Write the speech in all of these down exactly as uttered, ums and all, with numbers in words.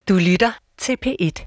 Du lytter til P et.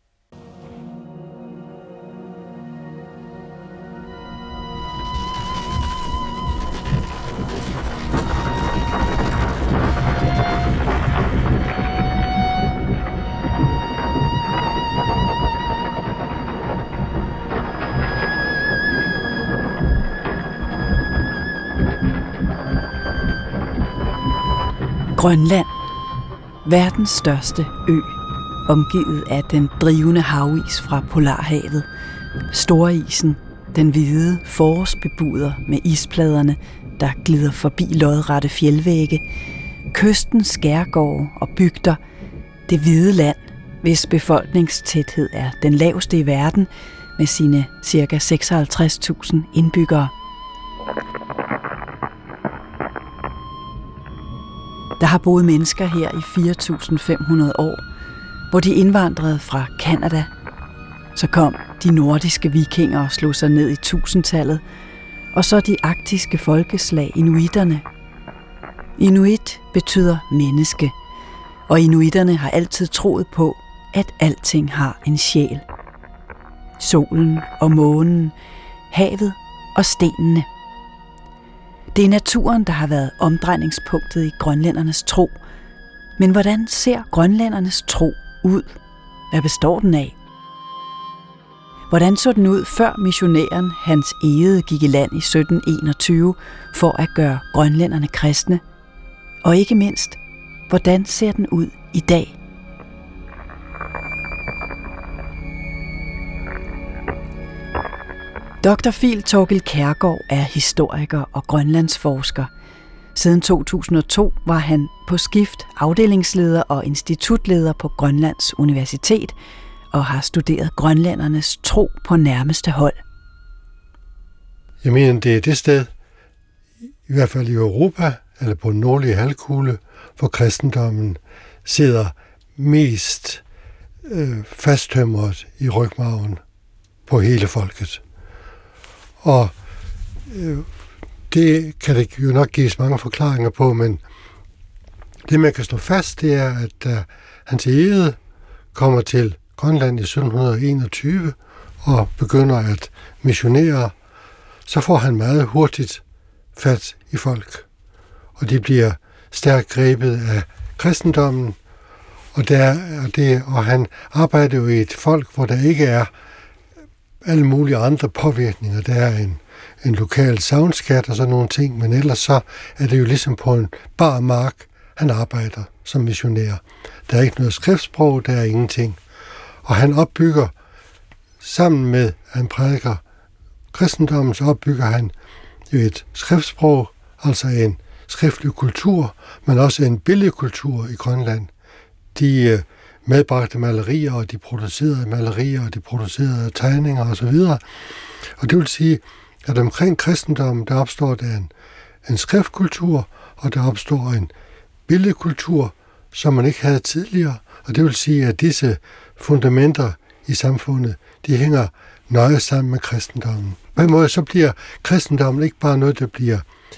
Grønland. Verdens største ø, omgivet af den drivende havis fra Polarhavet, storisen, den hvide forårsbebuder med ispladerne, der glider forbi lodrette fjeldvægge, kystens skærgårde og bygder, det hvide land, hvis befolkningstæthed er den laveste i verden med sine ca. seksoghalvtreds tusind indbyggere. Der har boet mennesker her i fire tusind fem hundrede år, hvor de indvandrede fra Canada. Så kom de nordiske vikinger og slog sig ned i tusindtallet, og så de arktiske folkeslag inuitterne. Inuit betyder menneske, og inuitterne har altid troet på, at alting har en sjæl. Solen og månen, havet og stenene. Det er naturen, der har været omdrejningspunktet i grønlændernes tro. Men hvordan ser grønlændernes tro ud? Hvad består den af? Hvordan så den ud, før missionæren Hans Egede gik i land i sytten enogtyve for at gøre grønlænderne kristne? Og ikke mindst, hvordan ser den ud i dag? doktor Fil Thorkild Kjærgaard er historiker og grønlandsforsker. Siden to tusind og to var han på skift afdelingsleder og institutleder på Grønlands Universitet og har studeret grønlændernes tro på nærmeste hold. Jeg mener, det er det sted, i hvert fald i Europa, eller på den nordlige halvkugle, hvor kristendommen sidder mest øh, fasttømret i rygmarven på hele folket. Og øh, det kan det jo nok gives mange forklaringer på, men det man kan stå fast, det er, at da Hans Egede kommer til Grønland i sytten enogtyve og begynder at missionere, så får han meget hurtigt fat i folk. Og de bliver stærkt grebet af kristendommen, og, der, og, det, og han arbejder jo i et folk, hvor der ikke er alle mulige andre påvirkninger. Der er en, en lokal soundskat og sådan nogle ting, men ellers så er det jo ligesom på en bar mark, han arbejder som missionær. Der er ikke noget skriftsprog, der er ingenting. Og han opbygger, sammen med, at han prædiker kristendommen, så opbygger han jo et skriftsprog, altså en skriftlig kultur, men også en billedkultur i Grønland. De medbragte malerier, og de producerede malerier, og de producerede tegninger osv. Og det vil sige, at omkring kristendommen, der opstår der en, en skriftkultur, og der opstår en billedkultur, som man ikke havde tidligere. Og det vil sige, at disse fundamenter i samfundet, de hænger nøje sammen med kristendommen. På en måde så bliver kristendommen ikke bare noget, der bliver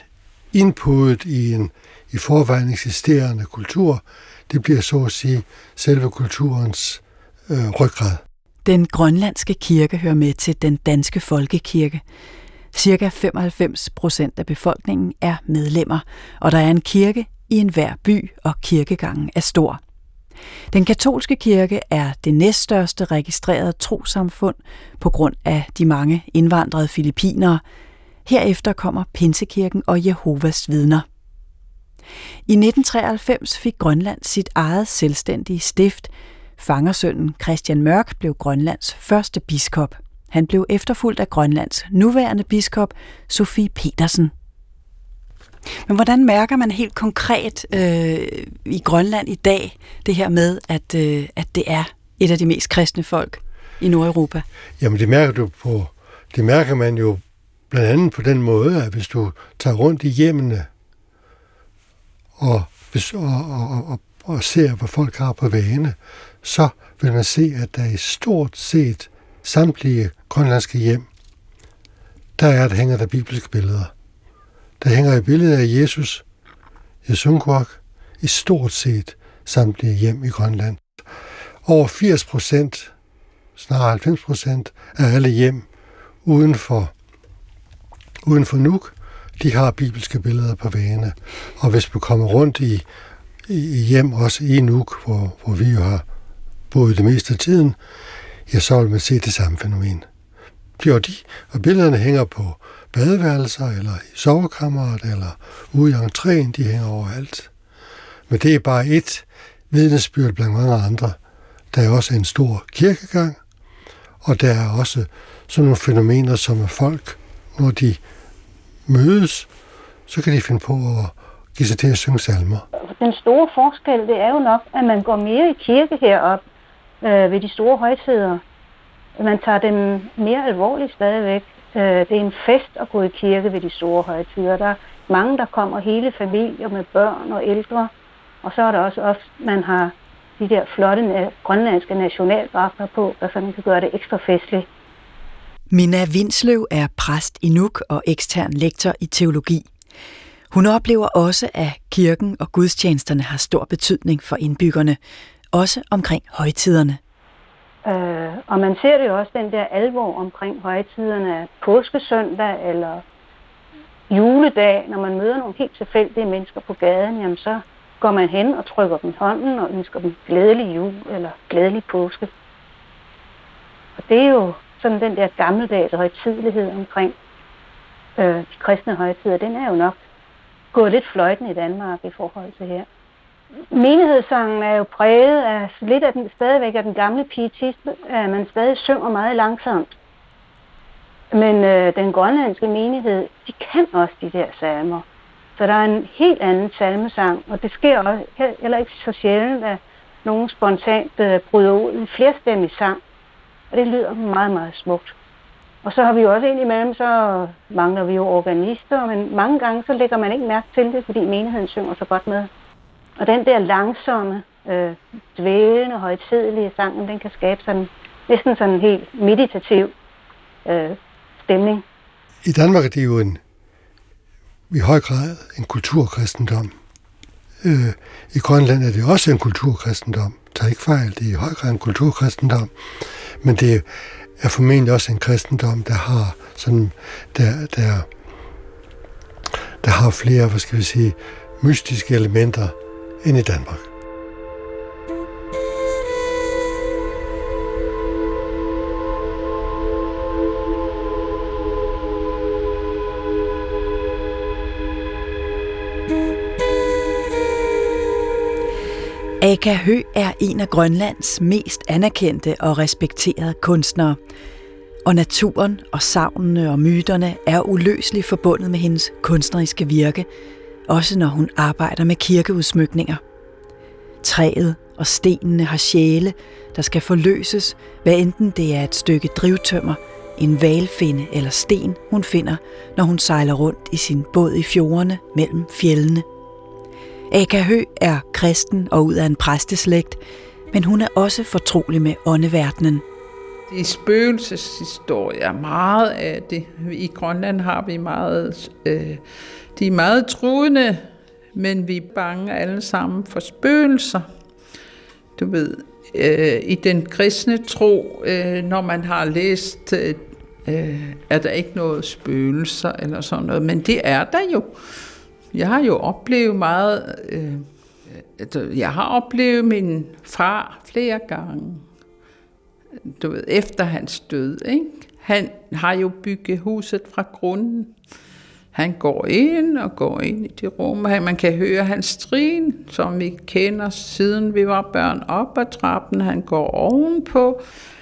indpodet i en i forvejen eksisterende kultur. Det bliver så at sige selve kulturens øh, ryggrad. Den grønlandske kirke hører med til den danske folkekirke. Cirka femoghalvfems procent af befolkningen er medlemmer, og der er en kirke i enhver by, og kirkegangen er stor. Den katolske kirke er det næststørste registrerede trossamfund på grund af de mange indvandrede filippinere. Herefter kommer Pinsekirken og Jehovas vidner. I nitten treoghalvfems fik Grønland sit eget selvstændige stift. Fangersønnen Christian Mørk blev Grønlands første biskop. Han blev efterfulgt af Grønlands nuværende biskop, Sofie Petersen. Men hvordan mærker man helt konkret øh, i Grønland i dag det her med, at, øh, at det er et af de mest kristne folk i Nordeuropa? Jamen det mærker du på, det mærker man jo blandt andet på den måde, at hvis du tager rundt i hjemmene og, og, og, og, og ser, hvad folk har på væggene, så vil man se, at der i stort set samtlige grønlandske hjem, der er, der hænger der bibelske billeder. Der hænger et billede af Jesus, Jesunkvok, i stort set samtlige hjem i Grønland. over firs procent, snarere halvfems procent af alle hjem uden for, uden for Nuuk, de har bibelske billeder på væggene. Og hvis du kommer rundt i, i hjem, også i Nuuk, hvor, hvor vi jo har boet det meste af tiden, ja, så vil man se det samme fænomen. De og, de, og billederne hænger på badeværelser, eller i sovekammeret, eller ude i entréen, de hænger overalt. Men det er bare et vidnesbyrd blandt mange andre. Der er også en stor kirkegang, og der er også sådan nogle fænomener, som er folk, når de mødes, så kan de finde på at give sig til at synge salmer. Den store forskel, det er jo nok, at man går mere i kirke heroppe øh, ved de store højtider. Man tager dem mere alvorligt stadigvæk. Øh, det er en fest at gå i kirke ved de store højtider. Der er mange, der kommer hele familier med børn og ældre. Og så er der også ofte, man har de der flotte grønlandske nationaldragter på, der sådan kan gøre det ekstra festligt. Minna Vindsløv er præst i Nuuk og ekstern lektor i teologi. Hun oplever også, at kirken og gudstjenesterne har stor betydning for indbyggerne, også omkring højtiderne. Øh, og man ser det jo også, den der alvor omkring højtiderne, påskesøndag eller juledag, når man møder nogle helt tilfældige mennesker på gaden, jamen så går man hen og trykker dem i hånden og ønsker dem glædelig jul eller glædelig påske. Og det er jo sådan den der gammeldags højtidelighed omkring øh, de kristne højtider, den er jo nok gået lidt fløjten i Danmark i forhold til her. Menighedssangen er jo præget af lidt af den, stadigvæk af den gamle pietisme, at man stadig synger meget langsomt. Men øh, den grønlandske menighed, de kan også de der salmer. Så der er en helt anden salmesang, og det sker også heller ikke så sjældent, at nogen spontant øh, bryder ud en flerstemmig sang. Og det lyder meget, meget smukt. Og så har vi jo også indimellem, så mangler vi jo organister, men mange gange så lægger man ikke mærke til det, fordi menigheden synger så godt med. Og den der langsomme, øh, dvælende, højtidelige sang, den kan skabe sådan, næsten sådan en helt meditativ øh, stemning. I Danmark er det jo en, i høj grad en kulturkristendom. Øh, I Grønland er det også en kulturkristendom. Tag ikke fejl, det er i høj grad en kulturkristendom. Men det er formentlig også en kristendom, der har sådan, der, der, der har flere, hvad skal vi sige, mystiske elementer end i Danmark. Aka Høegh er en af Grønlands mest anerkendte og respekterede kunstnere, og naturen og sagnene og myterne er uløseligt forbundet med hendes kunstneriske virke, også når hun arbejder med kirkeudsmykninger. Træet og stenene har sjæle, der skal forløses, hvad enten det er et stykke drivtømmer, en hvalfinde eller sten, hun finder, når hun sejler rundt i sin båd i fjordene mellem fjellene. Aka Høegh er kristen og ud af en præsteslægt, men hun er også fortrolig med åndeverdenen. Det er spøgelseshistorier, meget af det. I Grønland har vi meget, øh, de er meget truende, men vi er bange alle sammen for spøgelser. Du ved, øh, i den kristne tro, øh, når man har læst, øh, er der ikke noget spøgelser eller sådan noget, men det er der jo. Jeg har jo oplevet meget, øh, jeg har oplevet min far flere gange, du ved, efter hans død, ikke? Han har jo bygget huset fra grunden. Han går ind og går ind i de rum, man kan høre hans trin, som vi kender siden vi var børn, op ad trappen, han går ovenpå.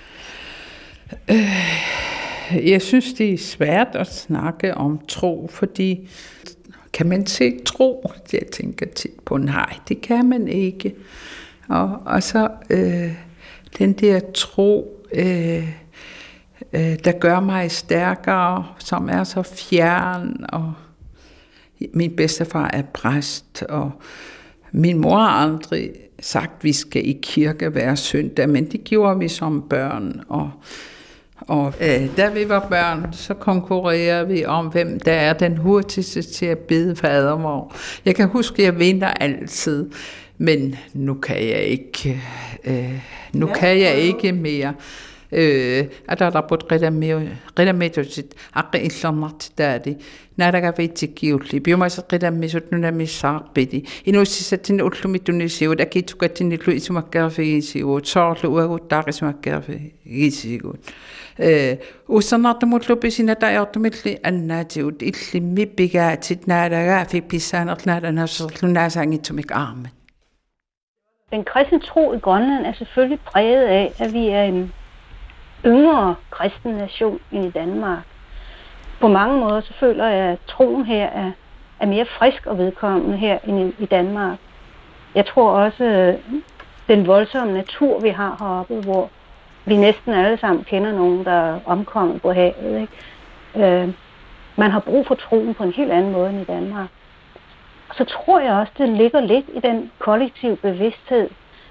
Øh, jeg synes, det er svært at snakke om tro, fordi kan man se tro? Jeg tænker tit på, nej, det kan man ikke. Og, og så øh, den der tro, øh, øh, der gør mig stærkere, som er så fjern. Og min bedstefar er præst, og min mor har aldrig sagt, at vi skal i kirke hver søndag, men det gjorde vi som børn. Og Og øh, da vi var børn, så konkurrerede vi om, hvem der er den hurtigste til at bede fadermor. Jeg kan huske, at jeg vinder altid, men nu kan jeg ikke, øh, Nu ja. kan jeg ikke mere. Adarabut qilammiusit aqqiillermartitaati naalagavitsikkiulli piumasaqqilammisut nunamissaarpiti inuussissatin ullumittunisigut akitukatinillu isumakkerfigisigut soorlu uaguttaaqisumakkerfigisigut ussarnartumullu pisinatajortumilli annaatigut illimmi pigaatit naalagaa pissaanerlaalanasserlunaasaangitsumik aarmat. Den kristne tro i Grønland er selvfølgelig præget af, at vi er en yngre kristen nation end i Danmark. På mange måder så føler jeg, at troen her er, er mere frisk og vedkommende her end i, i Danmark. Jeg tror også, at den voldsomme natur, vi har heroppe, hvor vi næsten alle sammen kender nogen, der er omkommet på havet. Ikke? Øh, man har brug for troen på en helt anden måde end i Danmark. Og så tror jeg også, det ligger lidt i den kollektive bevidsthed.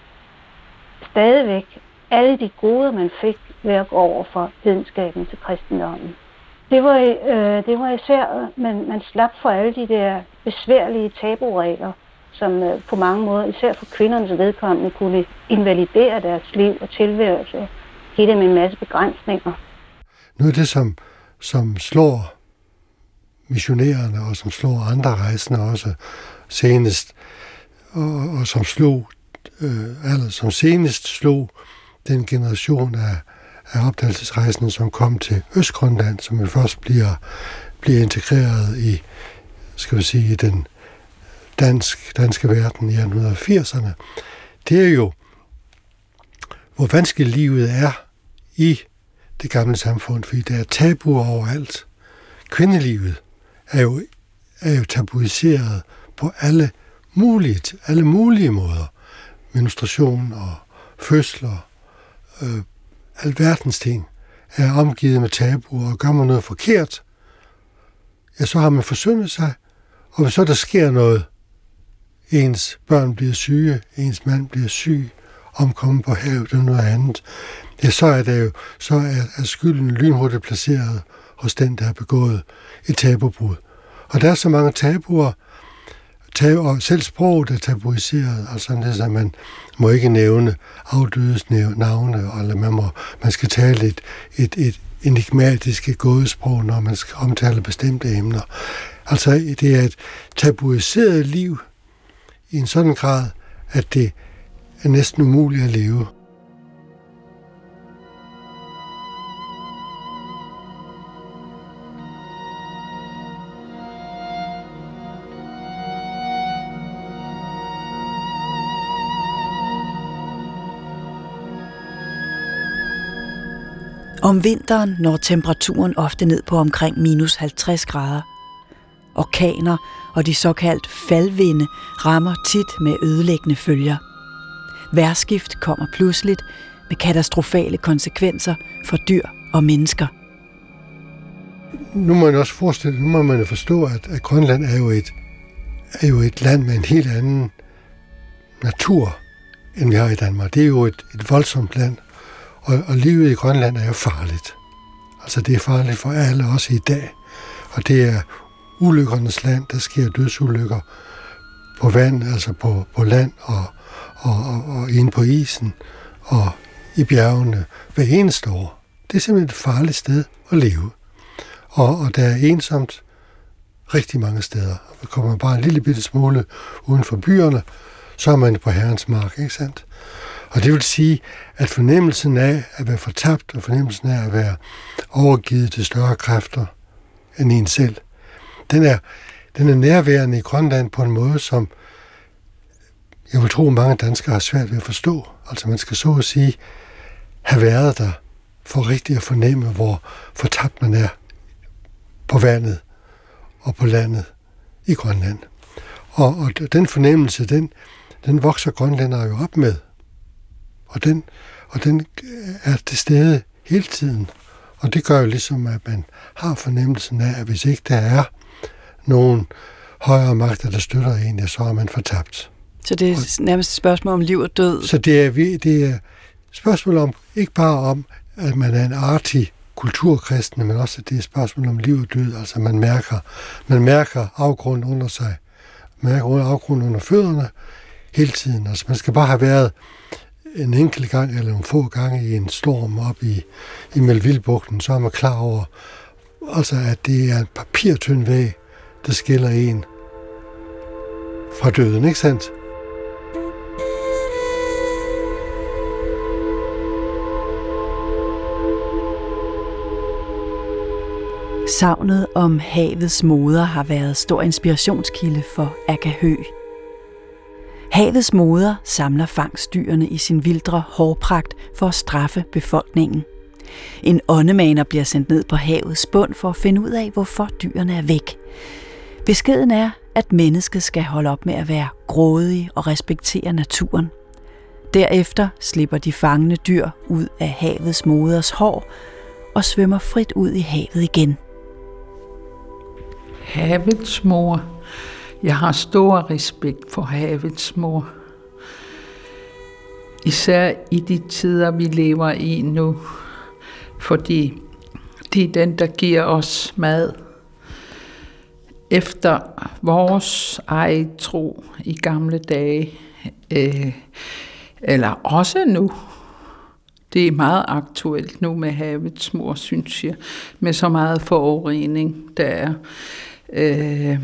Stadigvæk alle de goder, man fik ved at gå over fra videnskaben til kristendommen. Det var, øh, det var især, man, man slap for alle de der besværlige taburegler, som øh, på mange måder, især for kvindernes vedkommende, kunne invalidere deres liv og tilværelse, give dem en masse begrænsninger. Nu er det, som, som slår missionærerne, og som slår andre rejsende også senest, og, og som slog, øh, eller som senest slog den generation af, af opdagelsesrejsende, som kom til Østgrønland, som jo først bliver, bliver integreret i, skal vi sige, i den dansk, danske verden i atten firserne. Det er jo, hvor vanskeligt livet er i det gamle samfund, fordi der er tabuer overalt. Kvindelivet er jo, er jo tabuiseret på alle mulige, alle mulige måder. Menstruation og fødsler, øh, alverdens ting er omgivet med tabuer, og gør man noget forkert, ja, så har man forsyndet sig, og hvis så der sker noget, ens børn bliver syge, ens mand bliver syg, omkommer på havet og noget andet, ja, så er det jo, så er, er skylden lynhurtigt placeret hos den, der har begået et tabubrud. Og der er så mange tabuer, tab- og selv sproget er tabuiseret, altså det, at man må ikke nævne afdødes navne, eller man, må, man skal tale et, et, et enigmatisk gådesprog, når man skal omtale bestemte emner. Altså det er et tabuiseret liv i en sådan grad, at det er næsten umuligt at leve. Om vinteren når temperaturen ofte ned på omkring minus halvtreds grader. Orkaner og de såkaldt faldvinde rammer tit med ødelæggende følger. Vejrskift kommer pludseligt med katastrofale konsekvenser for dyr og mennesker. Nu må man også forestille, nu må man forstå, at, at Grønland er jo, et, er jo et land med en helt anden natur, end vi har i Danmark. Det er jo et, et voldsomt land. Og, og livet i Grønland er jo farligt. Altså det er farligt for alle, også i dag. Og det er ulykkernes land, der sker dødsulykker på vand, altså på, på land og, og, og, og inde på isen og i bjergene hver eneste år. Det er simpelthen et farligt sted at leve. Og, og der er ensomt rigtig mange steder. Og kommer man bare en lille bitte smule uden for byerne, så er man på Herrens mark, ikke sandt? Og det vil sige, at fornemmelsen af at være fortabt, og fornemmelsen af at være overgivet til større kræfter end en selv, den er, den er nærværende i Grønland på en måde, som jeg vil tro, mange danskere har svært ved at forstå. Altså man skal så at sige have været der for rigtig at fornemme, hvor fortabt man er på vandet og på landet i Grønland. Og, og den fornemmelse, den, den vokser grønlændere jo op med. Og den, og den er til stede hele tiden. Og det gør jo ligesom, at man har fornemmelsen af, at hvis ikke der er nogen højere magter, der støtter en, ja, så er man fortabt. Så det er nærmest et spørgsmål om liv og død? Så det er, det er spørgsmål om, ikke bare om, at man er en artig kulturkristen, men også, at det er et spørgsmål om liv og død. Altså man mærker, man mærker afgrunden under sig. Man mærker afgrunden under fødderne hele tiden. Altså man skal bare have været en enkelt gang eller nogle få gange i en storm op i, i Melvillebugten, så er man klar over, altså at det er en papirtynd væg, der skiller en fra døden, ikke sandt? Savnet om havets moder har været stor inspirationskilde for Akka Høegh. Havets moder samler fangstdyrene i sin vildre hårpragt for at straffe befolkningen. En åndemaner bliver sendt ned på havets bund for at finde ud af, hvorfor dyrene er væk. Beskeden er, at mennesket skal holde op med at være grådige og respektere naturen. Derefter slipper de fangne dyr ud af havets moders hår og svømmer frit ud i havet igen. Havets mor. Jeg har stor respekt for havets mor. Især i de tider, vi lever i nu. Fordi det er den, der giver os mad. Efter vores egen tro i gamle dage. Øh, eller også nu. Det er meget aktuelt nu med havets mor, synes jeg. Med så meget forurening, der er. Øh,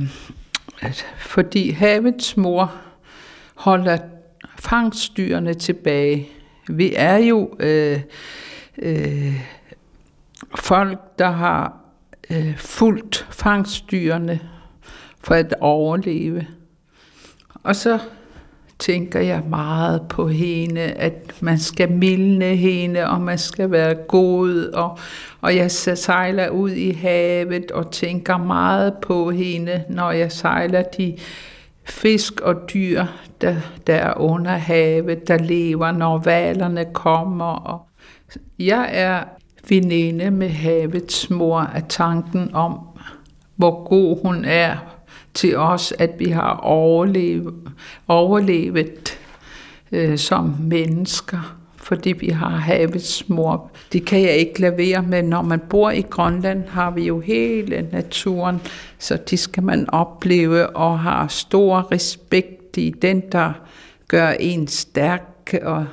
fordi havets mor holder fangstdyrene tilbage. Vi er jo øh, øh, folk, der har øh, fulgt fangstdyrene for at overleve. Og så tænker jeg meget på hende, at man skal mildne hende, og man skal være god, og, og jeg sejler ud i havet og tænker meget på hende, når jeg sejler de fisk og dyr, der, der er under havet, der lever, når hvalerne kommer. Og jeg er veninde med havets mor af tanken om, hvor god hun er til os, at vi har overlevet, overlevet øh, som mennesker, fordi vi har havets mor. Det kan jeg ikke lade være med. Når man bor i Grønland, har vi jo hele naturen, så det skal man opleve og have stor respekt i. Den, der gør en stærk, og,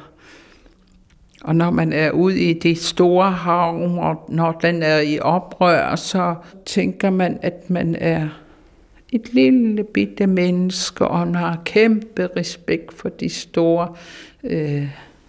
og når man er ude i det store hav, og når den er i oprør, så tænker man, at man er et lille bitte menneske, og man har kæmpe respekt for de store øh,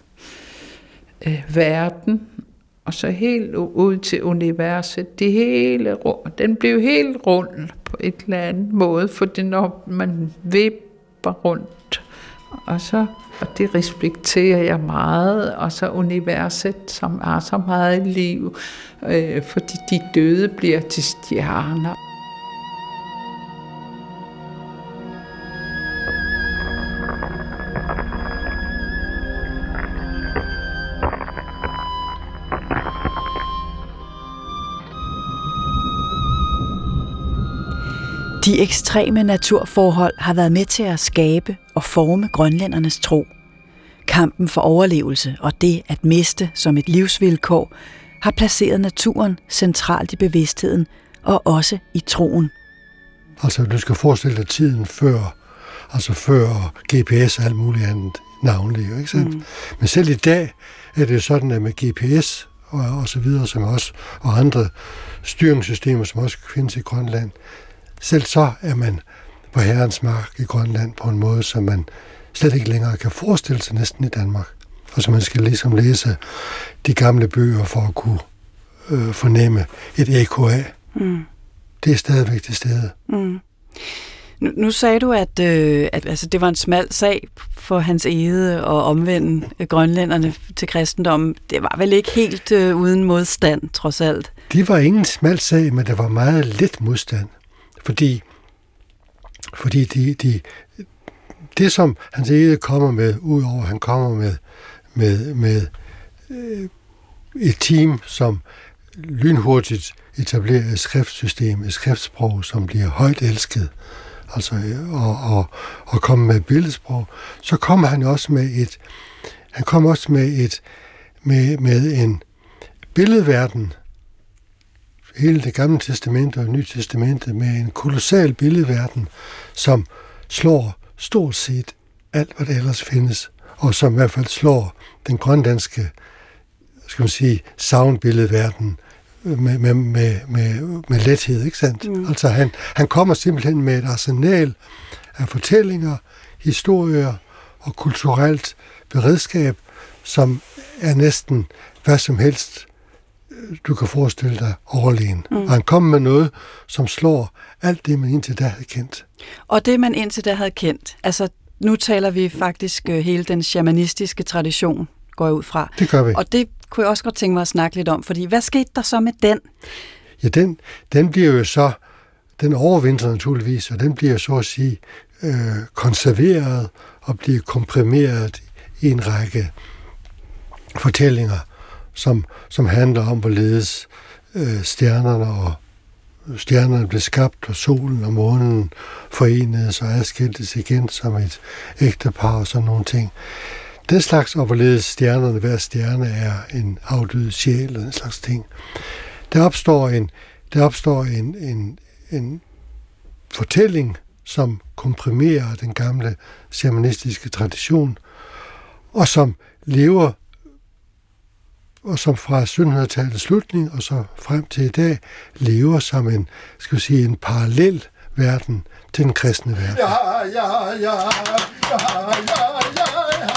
øh, verden. Og så helt ud til universet. Det hele, den blev helt rund på et eller andet måde, for det når man vipper rundt. Og, så, og det respekterer jeg meget. Og så universet, som er så meget liv, øh, fordi de døde bliver til stjerner. De ekstreme naturforhold har været med til at skabe og forme grønlændernes tro. Kampen for overlevelse og det at miste som et livsvilkår har placeret naturen centralt i bevidstheden og også i troen. Altså, du skal forestille dig tiden før, altså før G P S og alt muligt andet navnligt, ikke sandt? Mm. Men selv i dag er det sådan, at med G P S og, og så videre, som også, og andre styringssystemer, som også findes i Grønland, selv så er man på herrens mark i Grønland på en måde, som man slet ikke længere kan forestille sig næsten i Danmark. Og så man skal ligesom læse de gamle bøger for at kunne øh, fornemme et ekko af. Mm. Det er stadigvæk til stede. Mm. Nu, nu sagde du, at, øh, at altså, det var en smal sag for Hans Egede og omvende grønlænderne til kristendommen. Det var vel ikke helt øh, uden modstand, trods alt? Det var ingen smal sag, men der var meget lidt modstand. Fordi, fordi de, de, det, som Hans Egede kommer med, udover at han kommer med, med, med øh, et team, som lynhurtigt etablerer et skriftsystem, et skriftsprog, som bliver højt elsket, altså, og, og, og kommer med et billedsprog, så kommer han også med et, han kommer også med et, med, med en billedverden, hele det gamle testamente og nye testamente, med en kolossal billedverden, som slår stort set alt, hvad der ellers findes. og som i hvert fald slår den grønlandske, skal man sige, savnbilledverden med, med, med, med, med lethed, ikke sandt? Mm. Altså han, han kommer simpelthen med et arsenal af fortællinger, historier og kulturelt beredskab, som er næsten hvad som helst, du kan forestille dig overlegen. Mm. Og han kom med noget, som slår alt det, man indtil da havde kendt. Og det, man indtil da havde kendt, altså nu taler vi faktisk hele den shamanistiske tradition, går jeg ud fra. Det gør vi. Og det kunne jeg også godt tænke mig at snakke lidt om, fordi hvad skete der så med den? Ja, den, den bliver jo så, den overvintrer naturligvis, og den bliver så at sige øh, konserveret og bliver komprimeret i en række fortællinger, som, som handler om, hvorledes øh, stjernerne og stjernerne blev skabt, og solen og månen forenedes og adskiltes igen som et ægtepar og sådan nogle ting. Den slags, og hvorledes stjernerne, hver stjerne er en afdød sjæl og den slags ting. Der opstår en, der opstår en, en, en fortælling, som komprimerer den gamle shamanistiske tradition, og som lever, og som fra syttenhundredetallets slutning og så frem til i dag, lever som en, skal vi sige, en parallel verden til den kristne verden. Ja, ja, ja, ja, ja, ja,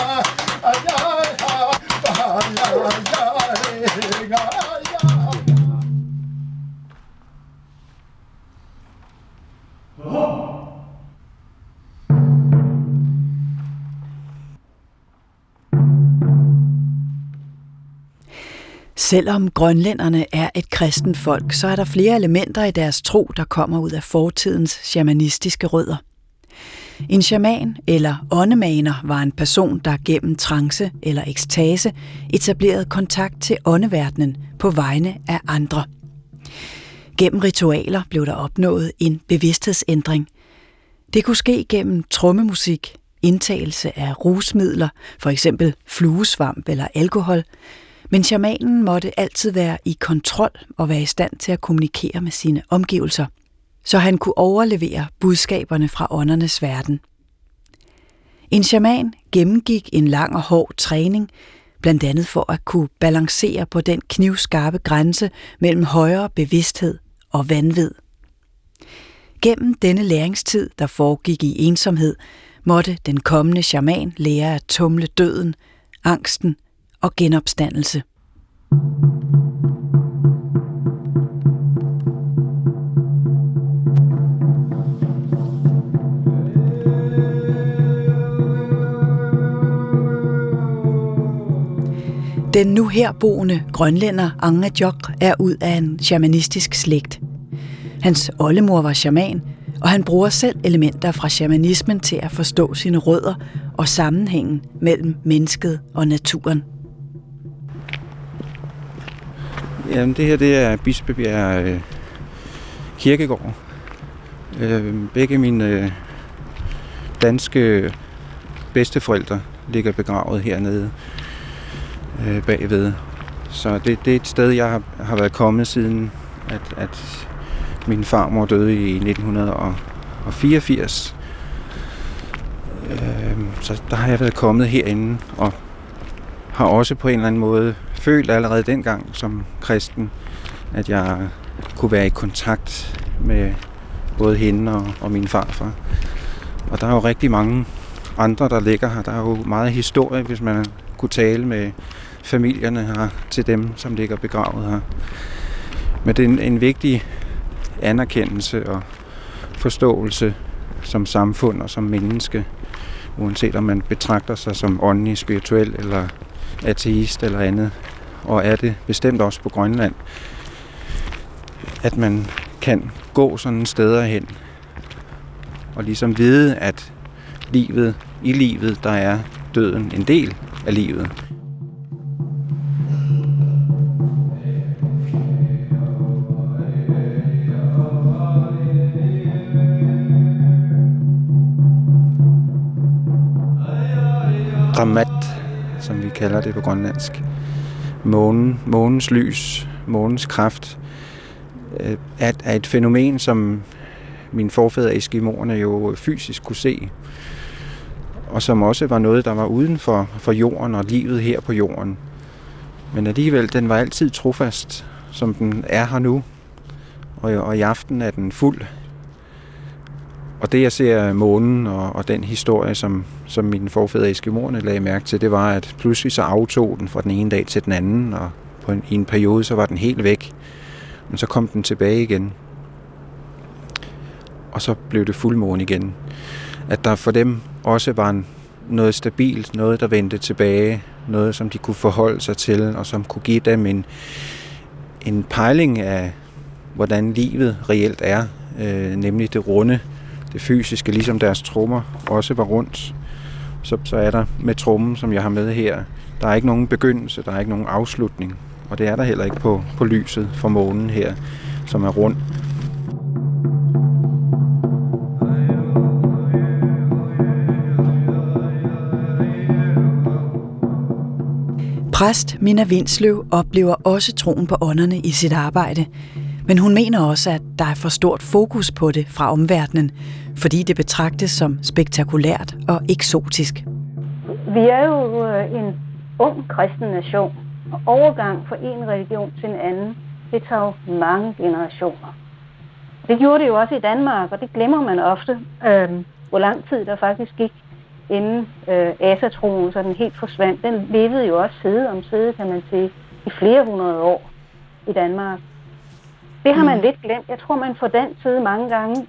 Selvom grønlænderne er et kristent folk, så er der flere elementer i deres tro, der kommer ud af fortidens shamanistiske rødder. En shaman eller åndemaner var en person, der gennem trance eller ekstase etablerede kontakt til åndeverdenen på vegne af andre. Gennem ritualer blev der opnået en bevidsthedsændring. Det kunne ske gennem trommemusik, indtagelse af rusmidler, for eksempel fluesvamp eller alkohol, men shamanen måtte altid være i kontrol og være i stand til at kommunikere med sine omgivelser, så han kunne overlevere budskaberne fra åndernes verden. En shaman gennemgik en lang og hård træning, blandt andet for at kunne balancere på den knivskarpe grænse mellem højere bevidsthed og vanvid. Gennem denne læringstid, der foregik i ensomhed, måtte den kommende shaman lære at tumle døden, angsten og genopstandelse. Den nu herboende grønlænder Angajok er ud af en shamanistisk slægt. Hans oldemor var shaman, og han bruger selv elementer fra shamanismen til at forstå sine rødder og sammenhængen mellem mennesket og naturen. Jamen, det her det er Bispebjerg øh, Kirkegård. Øh, begge mine øh, danske bedsteforældre ligger begravet hernede øh, bagved. Så det, det er et sted, jeg har, har været kommet siden, at, at min farmor døde i nitten fireogfirs. Øh, så der har jeg været kommet herinde, og har også på en eller anden måde følt allerede dengang som kristen, at jeg kunne være i kontakt med både hende og, og min farfar. Og der er jo rigtig mange andre, der ligger her. Der er jo meget historie, hvis man kunne tale med familierne her, til dem, som ligger begravet her. Men det er en, en vigtig anerkendelse og forståelse som samfund og som menneske, uanset om man betragter sig som åndelig, spirituel eller ateist eller andet, og er det bestemt også på Grønland, at man kan gå sådan steder hen og ligesom vide, at livet, i livet, der er døden en del af livet. Ramat, som vi kalder det på grønlandsk. Månen, månens lys, månens kraft, er, er et fænomen, som mine forfædre eskimoerne jo fysisk kunne se. og som også var noget, der var uden for, for jorden og livet her på jorden. Men alligevel, den var altid trofast, som den er her nu, og, og i aften er den fuld. Og det, jeg ser månen og, og den historie, som, som mine forfædre eskimoerne lagde mærke til, det var, at pludselig så aftog den fra den ene dag til den anden, og på en, i en periode, så var den helt væk. Men så kom den tilbage igen. Og så blev det fuldmåne igen. At der for dem også var en, noget stabilt, noget, der vendte tilbage, noget, som de kunne forholde sig til, og som kunne give dem en, en pejling af, hvordan livet reelt er, øh, nemlig det runde, det fysiske, ligesom deres trommer også var rundt. Så, så er der med trommen, som jeg har med her, der er ikke nogen begyndelse, der er ikke nogen afslutning, og det er der heller ikke på, på lyset fra månen her, som er rund. Præst Minna Vindsløv oplever også troen på ånderne i sit arbejde, men hun mener også, at der er for stort fokus på det fra omverdenen, fordi det betragtes som spektakulært og eksotisk. Vi er jo en ung kristen nation, og overgang fra en religion til en anden, det tager jo mange generationer. Det gjorde det jo også i Danmark, og det glemmer man ofte, øh, hvor lang tid der faktisk gik, inden øh, asatroen, så den helt forsvandt. Den levede jo også side om side, kan man sige, i flere hundrede år i Danmark. Det har man lidt glemt. Jeg tror, man fra den side mange gange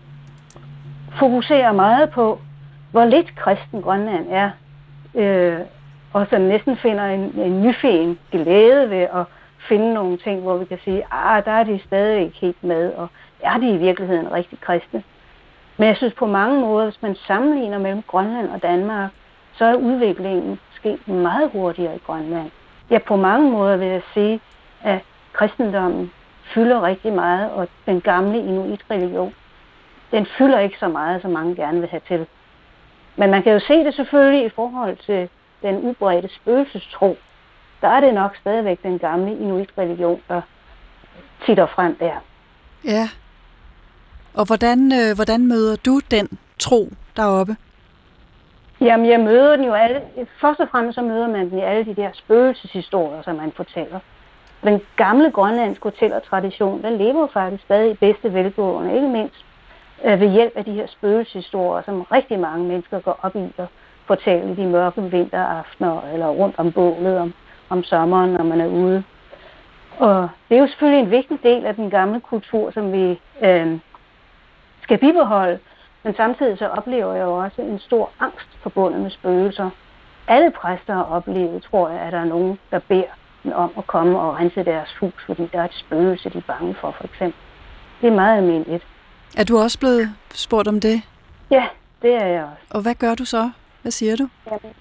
fokuserer meget på, hvor lidt kristen Grønland er. Øh, og så næsten finder en, en nyfæn glæde ved at finde nogle ting, hvor vi kan sige, ah, der er de stadig ikke helt med, og er de i virkeligheden rigtig kristne? Men jeg synes på mange måder, hvis man sammenligner mellem Grønland og Danmark, så er udviklingen sket meget hurtigere i Grønland. Ja, på mange måder vil jeg sige, at kristendommen fylder rigtig meget, og den gamle inuit-religion, den fylder ikke så meget, som mange gerne vil have til. Men man kan jo se det selvfølgelig i forhold til den udbredte spøgelsestro. Der er det nok stadigvæk den gamle inuit-religion, der titter frem der. Ja. Og hvordan, øh, hvordan møder du den tro deroppe? Jamen, jeg møder den jo alle. Først og fremmest så møder man den i alle de der spøgelseshistorier, som man fortæller. Den gamle grønlandske fortællertradition, den lever faktisk stadig i bedste velgående, ikke mindst øh, ved hjælp af de her spøgelseshistorier, som rigtig mange mennesker går op i at fortælle de mørke vinteraftener eller rundt om bålet om, om sommeren, når man er ude. Og det er jo selvfølgelig en vigtig del af den gamle kultur, som vi øh, skal bibeholde, men samtidig så oplever jeg jo også en stor angst forbundet med spøgelser. Alle præster har oplevet, tror jeg, at der er nogen, der beder om at komme og rense deres hus, fordi der er et spøgelse, de er bange for, for eksempel. Det er meget almindeligt. Er du også blevet spurgt om det? Ja, det er jeg også. Og hvad gør du så? Hvad siger du?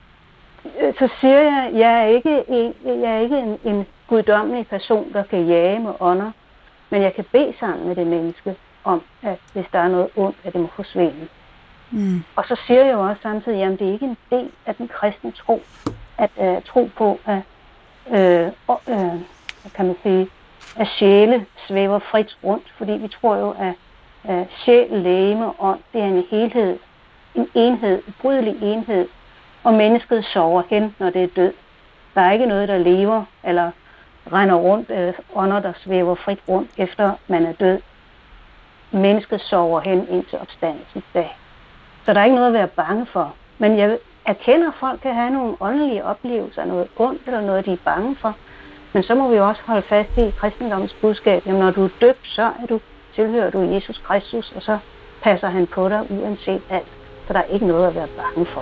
Ja, så siger jeg, at jeg er ikke, en, jeg er ikke en, en guddommelig person, der kan jage med ånder, men jeg kan bede sammen med det menneske om, at hvis der er noget ondt, at det må forsvinde. Mm. Og så siger jeg jo også samtidig, at det er ikke en del af den kristne tro, at uh, tro på, at øh, øh, kan man sige, at sjæle svæver frit rundt, fordi vi tror jo, at uh, sjæl, legeme og ånd, det er en helhed, en enhed, en brydelig enhed, og mennesket sover hen, når det er død. Der er ikke noget, der lever eller render rundt, eller ånder, der svæver frit rundt, efter man er død. Mennesket sover hen indtil opstandelsens dag. Så der er ikke noget at være bange for. Men jeg erkender, at folk kan have nogle åndelige oplevelser af noget ondt, eller noget, de er bange for. Men så må vi også holde fast i kristendommens budskab. Jamen, når du er døbt, så er du, tilhører du Jesus Kristus, og så passer han på dig uanset alt. Så der er ikke noget at være bange for.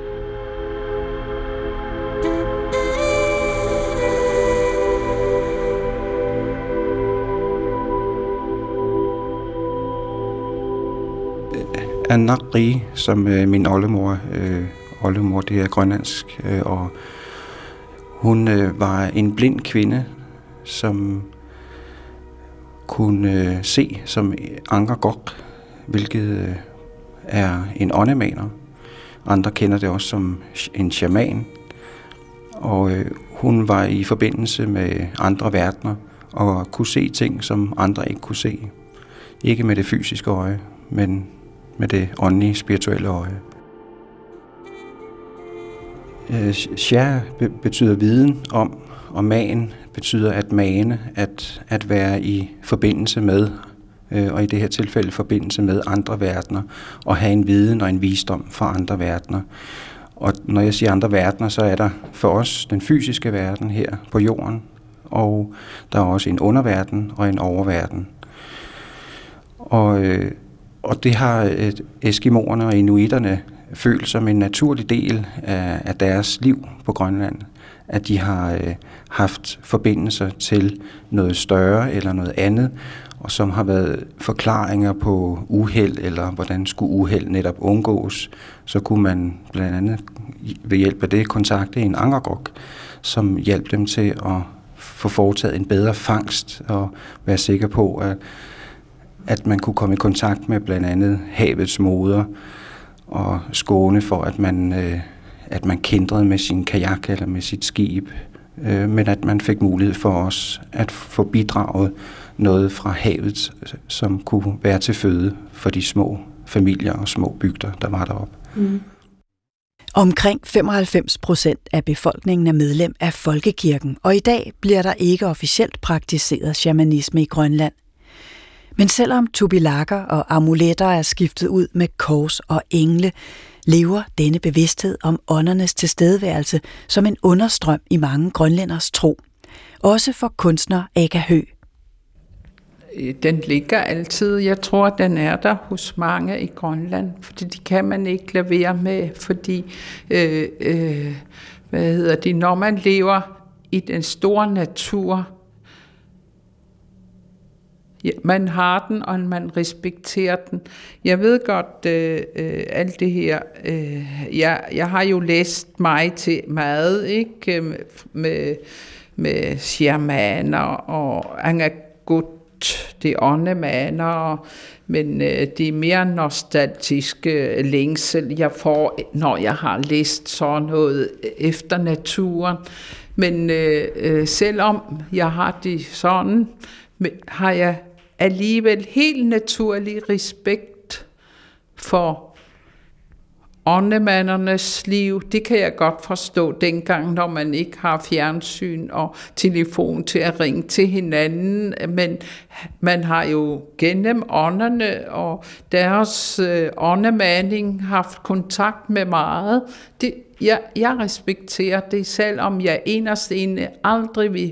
Anakri, som øh, min oldemor, øh, oldemor, det er grønlandsk, øh, og hun øh, var en blind kvinde, som kunne øh, se som Anker Gok, hvilket øh, er en åndemaner. Andre kender det også som en shaman. Og øh, hun var i forbindelse med andre verdener og kunne se ting, som andre ikke kunne se. Ikke med det fysiske øje, men med det åndelige, spirituelle øje. Share betyder viden om, og man betyder at mane, at, at være i forbindelse med, og i det her tilfælde forbindelse med andre verdener, og have en viden og en visdom fra andre verdener. Og når jeg siger andre verdener, så er der for os den fysiske verden her på jorden, og der er også en underverden og en oververden. Og, og det har eskimoerne og inuiterne følt som en naturlig del af, af deres liv på Grønland, at de har øh, haft forbindelser til noget større eller noget andet, og som har været forklaringer på uheld, eller hvordan skulle uheld netop undgås. Så kunne man blandt andet ved hjælp af det kontakte en angergok, som hjalp dem til at få foretaget en bedre fangst, og være sikker på, at, at man kunne komme i kontakt med blandt andet havets moder, og skåne for, at man, øh, at man kændrede med sin kajak eller med sit skib, øh, men at man fik mulighed for os at få bidraget noget fra havet, som kunne være til føde for de små familier og små bygder, der var deroppe. Mm. Omkring femoghalvfems procent af befolkningen er medlem af folkekirken, og i dag bliver der ikke officielt praktiseret shamanisme i Grønland. Men selvom tubilakker og amuletter er skiftet ud med kors og engle, lever denne bevidsthed om åndernes tilstedeværelse som en understrøm i mange grønlænders tro. Også for kunstner Aga Høegh. Den ligger altid. Jeg tror, den er der hos mange i Grønland, fordi de kan man ikke lade være med, fordi øh, øh, hvad hedder det, når man lever i den store natur, man har den, og man respekterer den. Jeg ved godt øh, øh, alt det her. Øh, jeg, jeg har jo læst mig til meget, ikke? Med, med shamaner og angagut, de åndemaner, men øh, det er mere nostalgiske længsel, jeg får, når jeg har læst sådan noget efter naturen. Men øh, øh, selvom jeg har det sådan, har jeg alligevel helt naturlig respekt for åndemandernes liv. Det kan jeg godt forstå dengang, når man ikke har fjernsyn og telefon til at ringe til hinanden. Men man har jo gennem ånderne og deres øh, åndemaning haft kontakt med meget. Det, jeg, jeg respekterer det, selvom jeg inderst inde aldrig vil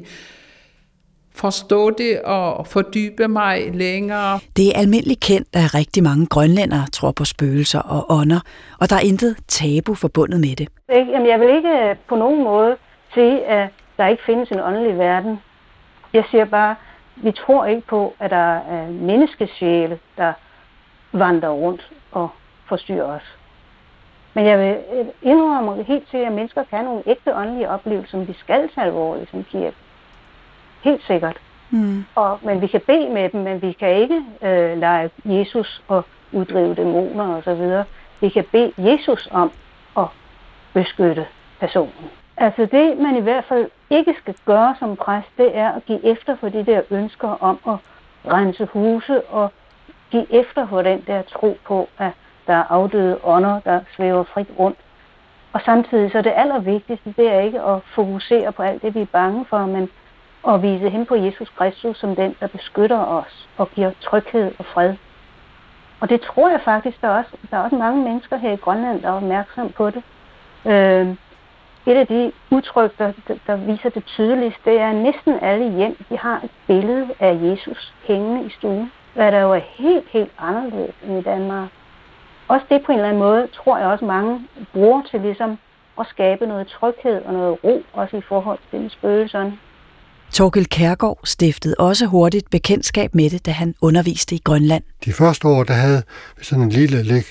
forstå det og fordybe mig længere. Det er almindeligt kendt, at rigtig mange grønlændere tror på spøgelser og ånder, og der er intet tabu forbundet med det. Jamen, jeg vil ikke på nogen måde sige, at der ikke findes en åndelig verden. Jeg siger bare, vi tror ikke på, at der er menneskesjæle, der vandrer rundt og forstyrrer os. Men jeg vil indrømme helt til, at mennesker kan have nogle ægte åndelige oplevelser, som vi skal tage alvorligt som kirke. Helt sikkert. Mm. Og, men vi kan bede med dem, men vi kan ikke øh, lege Jesus og uddrive dæmoner og så videre. Vi kan bede Jesus om at beskytte personen. Altså det, man i hvert fald ikke skal gøre som præst, det er at give efter for de der ønsker om at rense huse og give efter for den der tro på, at der er afdøde ånder, der svæver frit rundt. Og samtidig så det allervigtigste, det er ikke at fokusere på alt det, vi er bange for, men og vise hen på Jesus Kristus som den, der beskytter os og giver tryghed og fred. Og det tror jeg faktisk, der er også, der er også mange mennesker her i Grønland, der er opmærksom på det. Øh, et af de udtryk, der, der viser det tydeligst, det er, at næsten alle hjem, de har et billede af Jesus hængende i stuen. Hvad der jo er helt, helt anderledes end i Danmark. Også det på en eller anden måde, tror jeg også mange bruger til ligesom at skabe noget tryghed og noget ro, også i forhold til den spøgelserne. Torkild Kjærgaard stiftede også hurtigt bekendtskab med det, da han underviste i Grønland. De første år, der havde vi sådan en lille læg,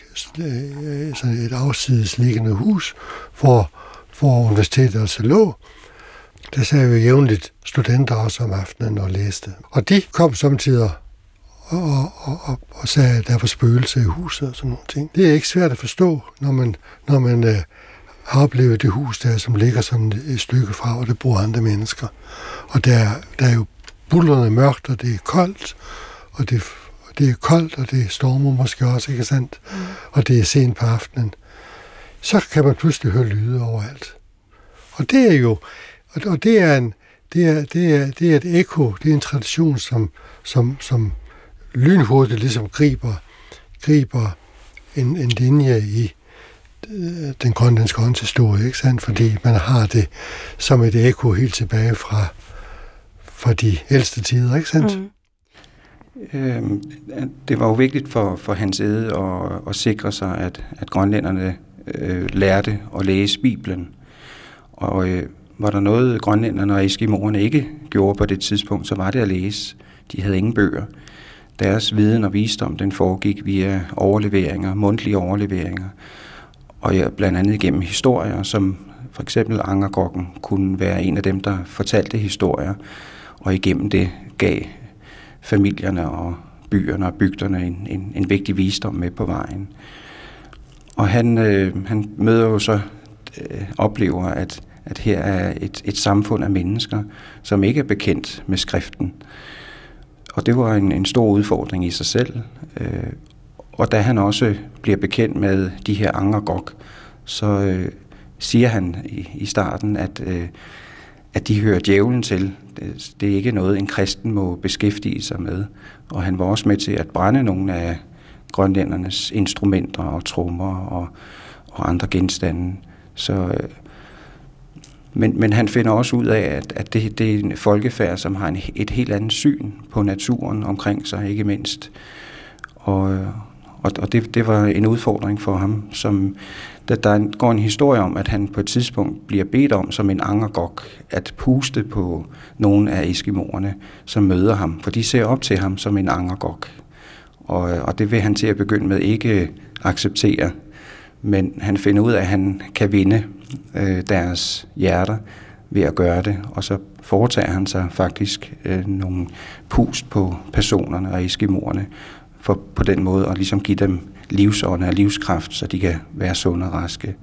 sådan et afsides liggende hus, hvor, hvor universitetet også lå. Der sad jo jævnligt studenter også om aftenen og læste. Og de kom samtidig og, og, og, og sagde, at der var spøgelser i huset og sådan nogle ting. Det er ikke svært at forstå, når man, når man øh, har oplevet det hus der, som ligger som et stykke fra, og det bor andre mennesker. Og der, der er jo bullerne mørkt, og det er koldt, og det, og det er koldt, og det stormer måske også, ikke sandt? Mm. Og det er sent på aftenen. Så kan man pludselig høre lyde overalt. Og det er jo, og det er en, det er, det er, det er et ekko, det er en tradition, som, som, som lynhurtigt ligesom griber, griber en, en linje i den grønlandske åndshistorie, ikke sandt? Fordi man har det som et ekko helt tilbage fra, fra de ældste tider, ikke sandt? Mm. Øhm, det var jo vigtigt for, for Hans Egede at, at sikre sig, at, at grønlænderne øh, lærte at læse Bibelen. Og øh, var der noget, grønlænderne og eskimoerne ikke gjorde på det tidspunkt, så var det at læse. De havde ingen bøger. Deres viden og visdom, den foregik via overleveringer, mundtlige overleveringer, og ja, blandt andet gennem historier, som for eksempel Angergokken kunne være en af dem, der fortalte historier, og igennem det gav familierne og byerne og bygderne en, en, en vigtig visdom med på vejen. Og han, øh, han møder jo så, øh, oplever, at, at her er et, et samfund af mennesker, som ikke er bekendt med skriften. Og det var en, en stor udfordring i sig selv. Øh, og da han også bliver bekendt med de her Angergok, så øh, siger han i, i starten, at, øh, at de hører djævlen til. Det, det er ikke noget, en kristen må beskæftige sig med. Og han var også med til at brænde nogle af grønlændernes instrumenter og trommer og, og andre genstande. Så, øh, men, men han finder også ud af, at, at det, det er en folkefærd, som har en, et helt andet syn på naturen omkring sig, ikke mindst. Og, og, og det, det var en udfordring for ham, som der, der går en historie om, at han på et tidspunkt bliver bedt om, som en Angergok, at puste på nogle af eskimoerne, som møder ham, for de ser op til ham som en Angergok. Og, og det vil han til at begynde med ikke acceptere, men han finder ud af, at han kan vinde øh, deres hjerter ved at gøre det, og så foretager han sig faktisk øh, nogle pust på personerne og eskimoerne, for på den måde at ligesom give dem livsånd og livskraft, så de kan være sunde og raske.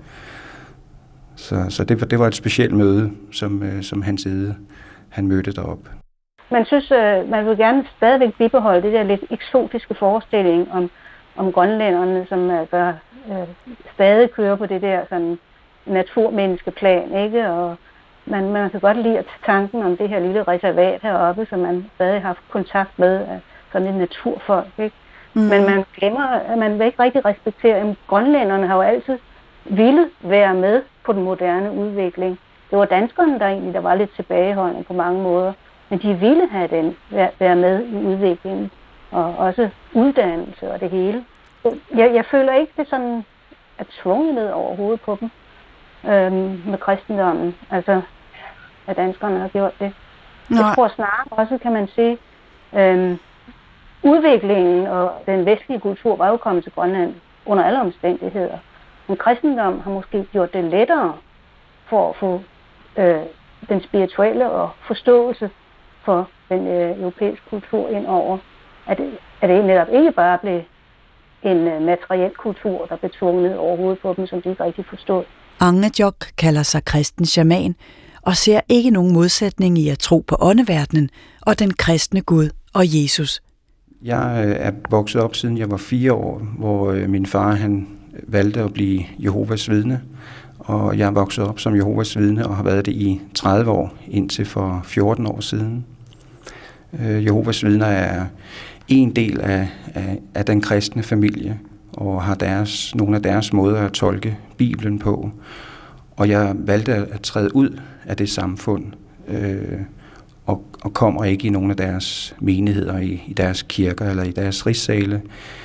Så, så det, var, det var et specielt møde, som, øh, som Hans Egede, han mødte derop. Man synes, øh, man vil gerne stadigvæk bibeholde det der lidt eksotiske forestilling om, om grønlænderne, som altså, øh, stadig kører på det der sådan naturmenneskeplan, ikke? Og man, man kan godt lide at tanken om det her lille reservat heroppe, som man stadig har haft kontakt med, som et naturfolk, ikke? Mm. Men man glemmer, at man vil ikke rigtig respektere, at grønlænderne har jo altid ville være med på den moderne udvikling. Det var danskerne, der egentlig der var lidt tilbageholdende på mange måder, men de ville have den være med i udviklingen, og også uddannelse og det hele. Jeg, jeg føler ikke, det sådan er tvunget ned over hovedet på dem øhm, med kristendommen, altså at danskerne har gjort det. Nej. Jeg tror snarere også, kan man sige, øhm, udviklingen og den vestlige kultur var jo kommet til Grønland under alle omstændigheder. Men kristendom har måske gjort det lettere for at få øh, den spirituelle og forståelse for den øh, europæiske kultur ind over. At, at det netop ikke bare blev en øh, materiel kultur, der blev tvunget over hovedet på dem, som de ikke rigtig forstod. Angajok kalder sig kristen shaman og ser ikke nogen modsætning i at tro på åndeverdenen og den kristne Gud og Jesus. Jeg er vokset op siden jeg var fire år, hvor min far han valgte at blive Jehovas vidne. Og jeg er vokset op som Jehovas vidne og har været det i tredive år, indtil for fjorten år siden. Jehovas vidner er en del af, af, af den kristne familie, og har deres, nogle af deres måder at tolke Bibelen på. Og jeg valgte at træde ud af det samfund, øh, og, og kommer ikke i nogle af deres menigheder, i, i deres kirker eller i deres rigssale.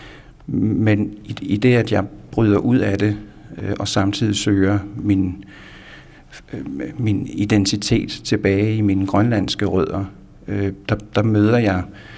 Men i, i det, at jeg bryder ud af det, øh, og samtidig søger min, øh, min identitet tilbage i mine grønlandske rødder, øh, der, der møder jeg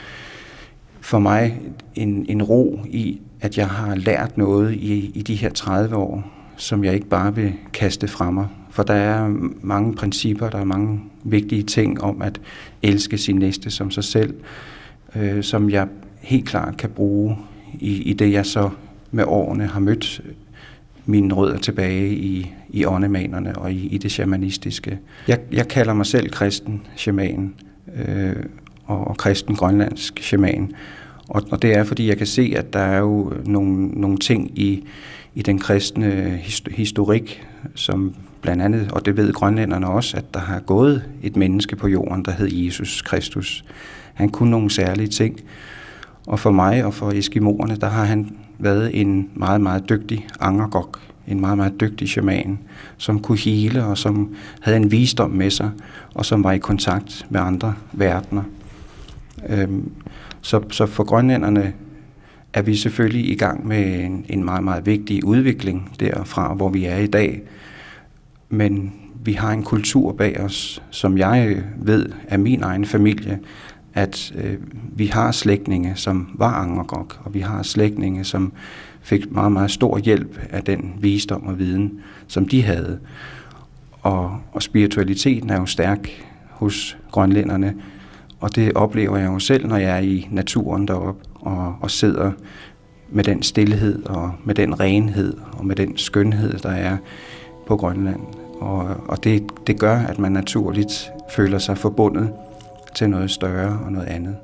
for mig en, en ro i, at jeg har lært noget i, i de her tredive år, som jeg ikke bare vil kaste fra mig. For der er mange principper, der er mange vigtige ting om at elske sin næste som sig selv, øh, som jeg helt klart kan bruge i, i det, jeg så med årene har mødt mine rødder tilbage i, i åndemanerne og i, i det shamanistiske. Jeg, jeg kalder mig selv kristen shaman øh, og, og kristen grønlandsk shaman. Og, og det er, fordi jeg kan se, at der er jo nogle, nogle ting i, i den kristne historik, som blandt andet, og det ved grønlænderne også, at der har gået et menneske på jorden, der hed Jesus Kristus. Han kunne nogle særlige ting, og for mig og for eskimoerne, der har han været en meget, meget dygtig angergok, en meget, meget dygtig shaman, som kunne hele og som havde en visdom med sig, og som var i kontakt med andre verdener. Øhm, så, så for grønlænderne er vi selvfølgelig i gang med en, en meget, meget vigtig udvikling derfra, hvor vi er i dag. Men vi har en kultur bag os, som jeg ved af min egen familie, at øh, vi har slægtninge, som var angergok, og vi har slægtninge, som fik meget, meget stor hjælp af den visdom og viden, som de havde. Og, og spiritualiteten er jo stærk hos grønlænderne, og det oplever jeg jo selv, når jeg er i naturen deroppe og, og sidder med den stilhed og med den renhed og med den skønhed, der er på Grønland. Og, og det, det gør, at man naturligt føler sig forbundet til noget større og noget andet.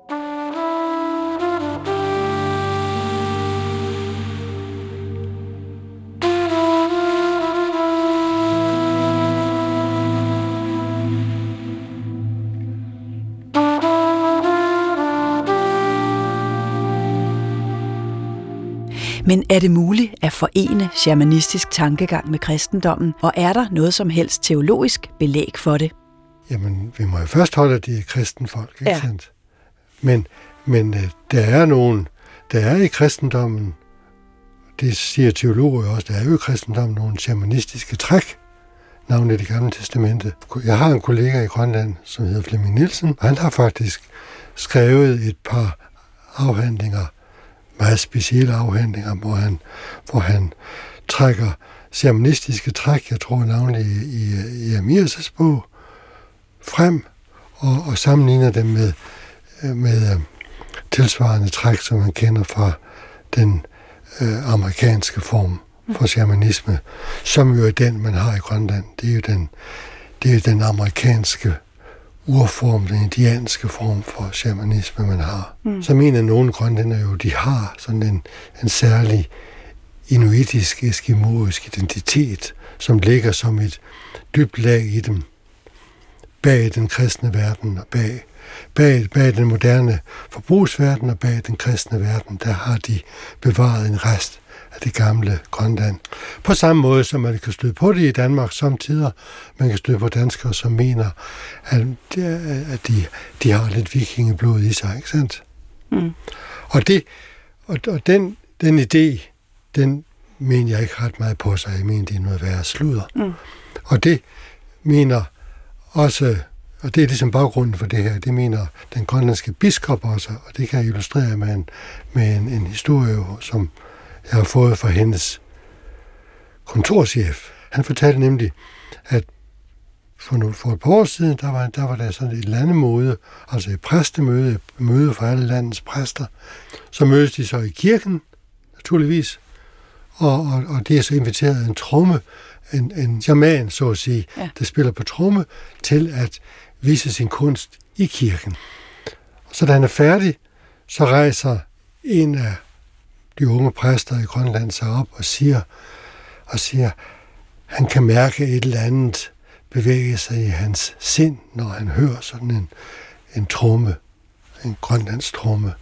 Men er det muligt at forene shamanistisk tankegang med kristendommen, og er der noget som helst teologisk belæg for det? Jamen, vi må jo først holde, at de er kristenfolk, ikke ja. sandt? Men, men der er nogen, der er i kristendommen, det siger teologer også, der er jo i kristendommen nogle shamanistiske træk, navnet i Det Gamle Testamente. Jeg har en kollega i Grønland, som hedder Flemming Nielsen, og han har faktisk skrevet et par afhandlinger, meget specielle afhandlinger, hvor han, hvor han trækker shamanistiske træk, jeg tror navnlig i, i Amirs' bog, frem og, og sammenligner dem med, med tilsvarende træk, som man kender fra den øh, amerikanske form for shamanisme, som jo er den, man har i Grønland. Det er jo den, det er jo den amerikanske urform, den indianske form for shamanisme, man har. Mm. Så mener nogle grønlænder jo, de har sådan en, en særlig inuitisk, eskimoisk identitet, som ligger som et dybt lag i dem, bag den kristne verden og bag, bag, bag den moderne forbrugsverden og bag den kristne verden, der har de bevaret en rest af det gamle Grønland. På samme måde som man kan støde på det i Danmark samtidig, man kan støde på danskere, som mener, at, at de, de har lidt vikingeblod i sig, ikke sandt? Mm. Og, det, og, og den, den idé, den mener jeg ikke ret meget på sig. Jeg mener, det er noget værre sludder. Mm. Og det mener også, og det er ligesom baggrunden for det her, det mener den grønlandske biskop også, og det kan jeg illustrere med en, med en, en historie, som jeg har fået fra hendes kontorchef. Han fortalte nemlig, at for, for et par år siden, der var, der var der sådan et landemøde, altså et præstemøde, et møde for alle landets præster. Så mødes de så i kirken, naturligvis, og, og, og det er så inviteret en tromme, en, en shaman, så at sige, ja. der spiller på tromme, til at vise sin kunst i kirken. Så da han er færdig, så rejser en af de unge præster i Grønland sig op og siger, og siger, han kan mærke et eller andet bevæge sig i hans sind, når han hører sådan en, en tromme, en grønlandsk tromme.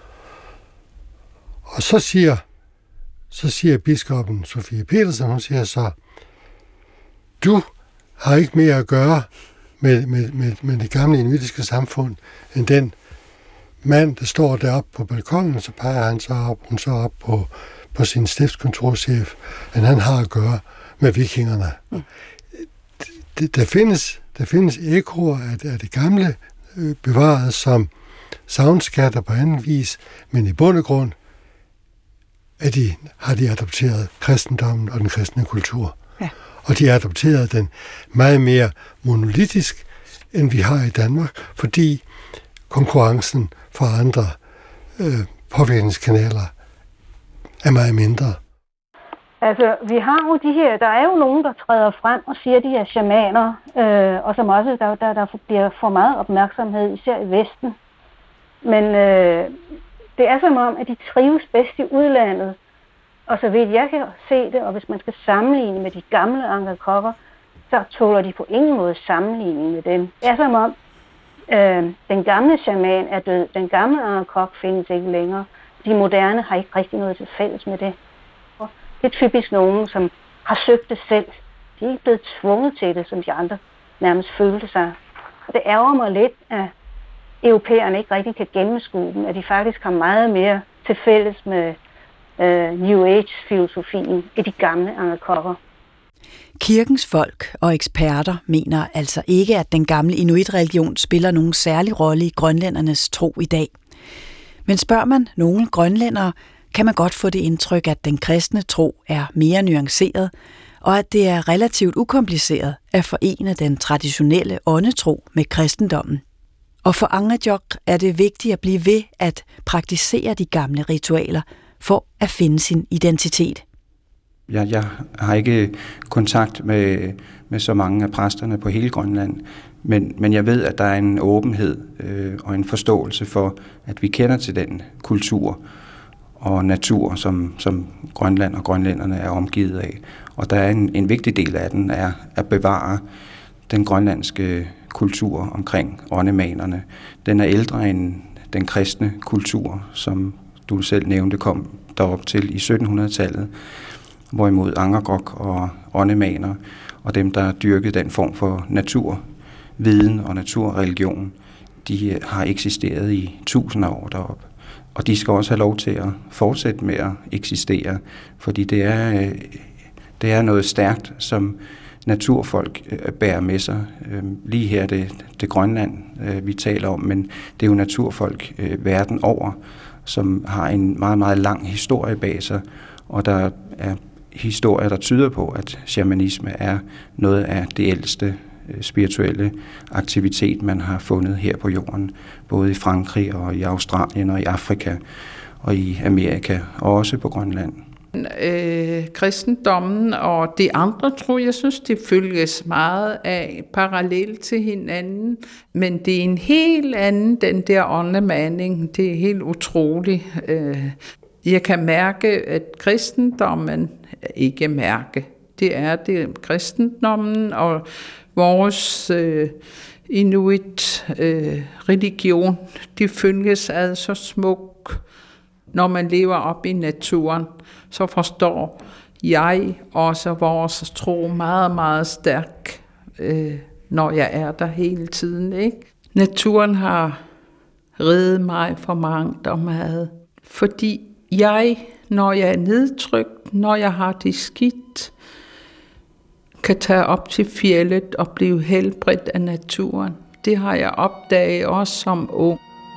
Og så siger, så siger biskoppen Sofie Petersen, hun siger så, du har ikke mere at gøre med, med, med, med det gamle inuitiske samfund, end den mand, der står deroppe på balkonen, så peger han så op, hun så op på, på sin stiftskontorchef, end han har at gøre med vikingerne. Mm. Der findes, der findes ekoer af, af det gamle øh, bevaret som savnskatter på anden vis, men i bund og grund er de, har de adopteret kristendommen og den kristne kultur. Ja. Og de har adopteret den meget mere monolitisk, end vi har i Danmark, fordi konkurrencen fra andre øh, påvirkningskanaler er meget mindre. Altså, vi har jo de her, der er jo nogen, der træder frem og siger, at de er shamaner, øh, og som også, der, der, der bliver for meget opmærksomhed, især i Vesten. Men øh, det er som om, at de trives bedst i udlandet, Og så vidt jeg kan se det, og hvis man skal sammenligne med de gamle angkokker, så tåler de på ingen måde sammenligning med dem. Det er som om, øh, den gamle shaman er død. Den gamle angkok findes ikke længere. De moderne har ikke rigtig noget til fælles med det. Og det er typisk nogen, som har søgt det selv. De er ikke blevet tvunget til det, som de andre nærmest følte sig. Og det ærger mig lidt, at europæerne ikke rigtig kan gennemskue dem, at de faktisk har meget mere til fælles med øh, New Age-filosofien i de gamle angkokker. Kirkens folk og eksperter mener altså ikke, at den gamle inuitreligion spiller nogen særlig rolle i grønlændernes tro i dag. Men spørger man nogle grønlændere, kan man godt få det indtryk, at den kristne tro er mere nuanceret, og at det er relativt ukompliceret at forene den traditionelle åndetro med kristendommen. Og for Angajok er det vigtigt at blive ved at praktisere de gamle ritualer for at finde sin identitet. Jeg, jeg har ikke kontakt med, med så mange af præsterne på hele Grønland, men, men jeg ved, at der er en åbenhed øh, og en forståelse for, at vi kender til den kultur og natur, som, som Grønland og grønlænderne er omgivet af. Og der er en, en vigtig del af den, er at bevare den grønlandske kultur omkring åndemanerne. Den er ældre end den kristne kultur, som du selv nævnte, kom derop til i sytten hundrede-tallet, hvorimod Angajok og åndemaner og dem, der dyrkede den form for naturviden og naturreligion, de har eksisteret i tusinder af år deroppe. Og de skal også have lov til at fortsætte med at eksistere, fordi det er, det er noget stærkt, som naturfolk bærer med sig. Lige her det, det Grønland, vi taler om, men det er jo naturfolk verden over, som har en meget, meget lang historie bag sig, og der er historier, der tyder på, at shamanisme er noget af det ældste spirituelle aktivitet, man har fundet her på jorden, både i Frankrig og i Australien og i Afrika og i Amerika, og også på Grønland. Øh, kristendommen og de andre tro, jeg synes, det følges meget af parallelt til hinanden, men det er en helt anden, den der åndemaning, det er helt utroligt. Øh, jeg kan mærke, at kristendommen, ikke mærke, det er det kristendommen og vores øh, inuit øh, religion, de følges ad så smuk. Når man lever op i naturen, så forstår jeg også vores tro meget, meget stærk, øh, når jeg er der hele tiden. Ikke? Naturen har reddet mig for mangt og meget, fordi jeg, når jeg er nedtrykt, når jeg har det skidt, kan tage op til fjeldet og blive helbredt af naturen. Det har jeg opdaget også som ung.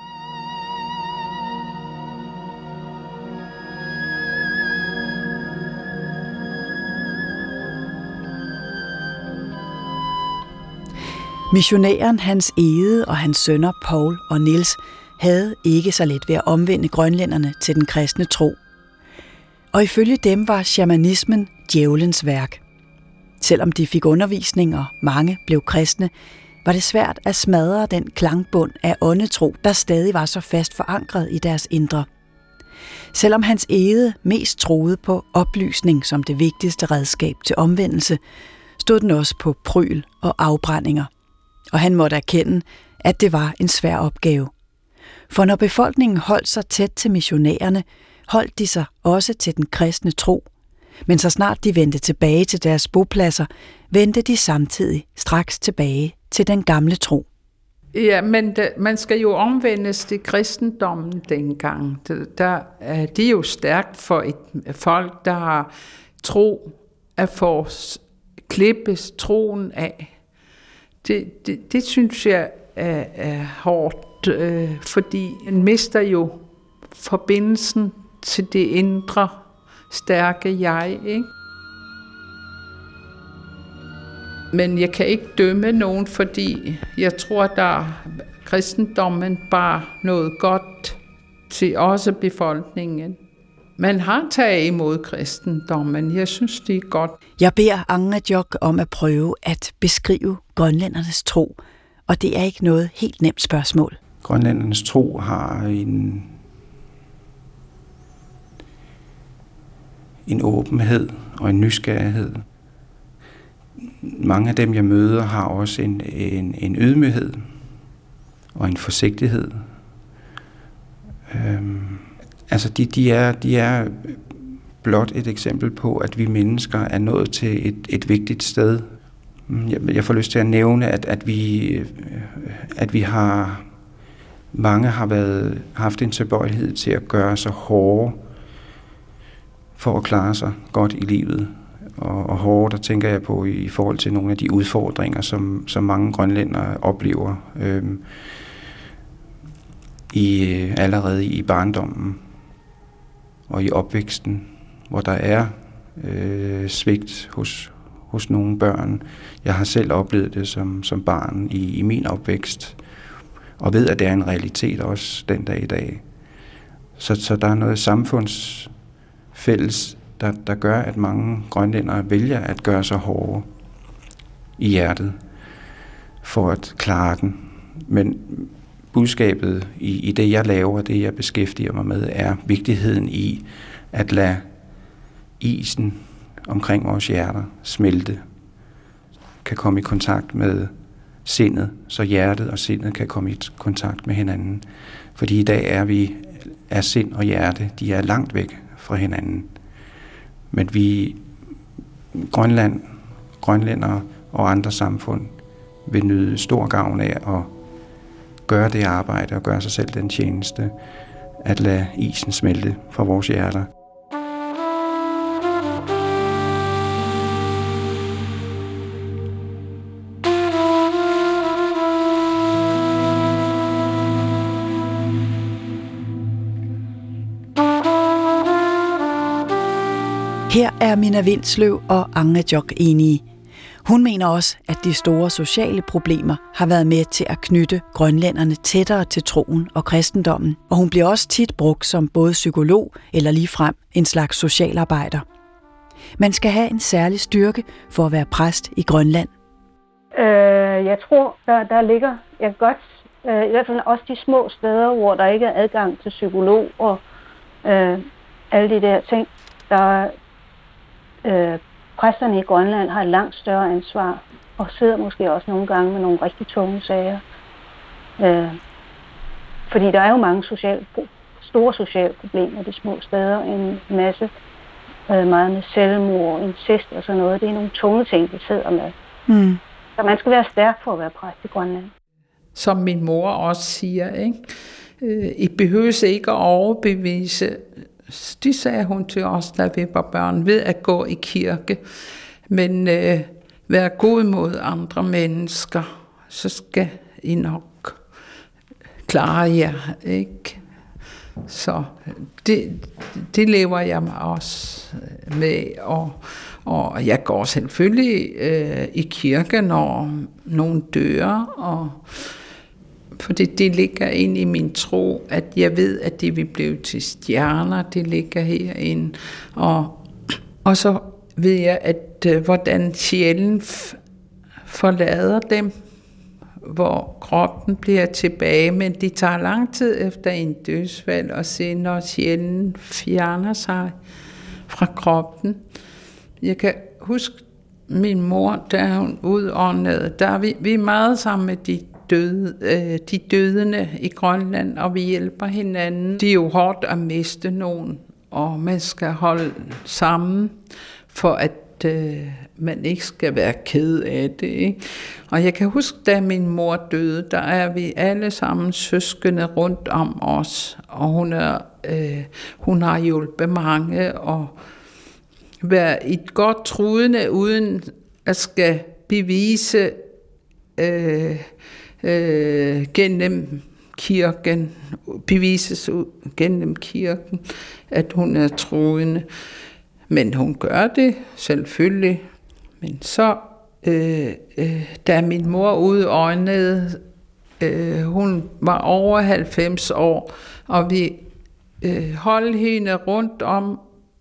Missionæren Hans Egede og hans sønner Paul og Niels havde ikke så let ved at omvende grønlænderne til den kristne tro. Og ifølge dem var shamanismen djævelens værk. Selvom de fik undervisning og mange blev kristne, var det svært at smadre den klangbund af åndetro, der stadig var så fast forankret i deres indre. Selvom Hans Egede mest troede på oplysning som det vigtigste redskab til omvendelse, stod den også på pryl og afbrændinger. Og han måtte erkende, at det var en svær opgave. For når befolkningen holdt sig tæt til missionærerne, holdt de sig også til den kristne tro. Men så snart de vendte tilbage til deres bopladser, vendte de samtidig straks tilbage til den gamle tro. Ja, men det, man skal jo omvendes til kristendommen dengang. Der er de jo stærkt for et folk, der har tro at få klippes troen af. Det, det, det synes jeg er, er hårdt, øh, fordi man mister jo forbindelsen til det indre, stærke jeg, ikke? Men jeg kan ikke dømme nogen, fordi jeg tror, der kristendommen bare noget godt til også befolkningen. Man har taget imod kristendommen. Jeg synes, det er godt. Jeg beder Angajok om at prøve at beskrive grønlændernes tro, og det er ikke noget helt nemt spørgsmål. Grønlændernes tro har en, en åbenhed og en nysgerrighed. Mange af dem, jeg møder, har også en, en, en ydmyghed og en forsigtighed. Øhm, altså, de, de, er, de er blot et eksempel på, at vi mennesker er nået til et, et vigtigt sted. Jeg, jeg får lyst til at nævne, at, at, vi, at vi har... Mange har været, haft en tilbøjelighed til at gøre sig hårde for at klare sig godt i livet. Og, og hårde, der tænker jeg på i, i forhold til nogle af de udfordringer, som, som mange grønlændere oplever øhm, i, allerede i barndommen og i opvæksten, hvor der er øh, svigt hos, hos nogle børn. Jeg har selv oplevet det som, som barn i, i min opvækst, og ved, at det er en realitet også den dag i dag. Så, så der er noget samfundsfælles, der, der gør, at mange grønlændere vælger at gøre sig hårde i hjertet for at klare den. Men budskabet i, i det, jeg laver, det jeg beskæftiger mig med, er vigtigheden i at lade isen omkring vores hjerter smelte, kan komme i kontakt med sindet, så hjertet og sindet kan komme i kontakt med hinanden. Fordi i dag er vi, er sind og hjerte, de er langt væk fra hinanden. Men vi, Grønland, grønlændere og andre samfund, vil nyde stor gavn af at gøre det arbejde og gøre sig selv den tjeneste, at lade isen smelte fra vores hjerter. Her er Minna Vindsløv og Angajok enige. Hun mener også, at de store sociale problemer har været med til at knytte grønlænderne tættere til troen og kristendommen, og hun bliver også tit brugt som både psykolog eller ligefrem en slags socialarbejder. Man skal have en særlig styrke for at være præst i Grønland. Øh, jeg tror, der, der ligger, jeg kan godt, øh, i hvert fald også de små steder, hvor der ikke er adgang til psykolog og øh, alle de der ting, der øh, præsterne i Grønland har et langt større ansvar og sidder måske også nogle gange med nogle rigtig tunge sager. Øh, fordi der er jo mange sociale, store sociale problemer de små steder. En masse, øh, meget med selvmord, incest og sådan noget. Det er nogle tunge ting, de sidder med. Mm. Så man skal være stærk for at være præst i Grønland. Som min mor også siger, ikke? Øh, I behøver ikke at overbevise. Det sagde hun til os, da vi var børn, ved at gå i kirke. Men øh, være god mod andre mennesker, så skal I nok klare jer, ikke? Så det, det lever jeg mig også med, og, og jeg går selvfølgelig øh, i kirke, når nogen dør, og fordi det ligger ind i min tro, at jeg ved, at det vil blive til stjerner, det ligger herinde. Og, og så ved jeg, at øh, hvordan sjælen f- forlader dem, hvor kroppen bliver tilbage, men det tager lang tid efter en dødsfald at se, når sjælen fjerner sig fra kroppen. Jeg kan huske min mor, da hun udåndede, der er vi, vi er meget sammen med de Døde, øh, de dødende i Grønland, og vi hjælper hinanden. Det er jo hårdt at miste nogen, og man skal holde sammen, for at øh, man ikke skal være ked af det, ikke? Og jeg kan huske, da min mor døde, der er vi alle sammen søskende rundt om os, og hun, er, øh, hun har hjulpet mange, og været et godt truende, uden at skal bevise øh, Øh, gennem kirken, bevises gennem kirken, at hun er troende. Men hun gør det selvfølgelig. Men så, øh, øh, da min mor udåndede, øh, hun var over halvfems år, og vi øh, holdt hende rundt om,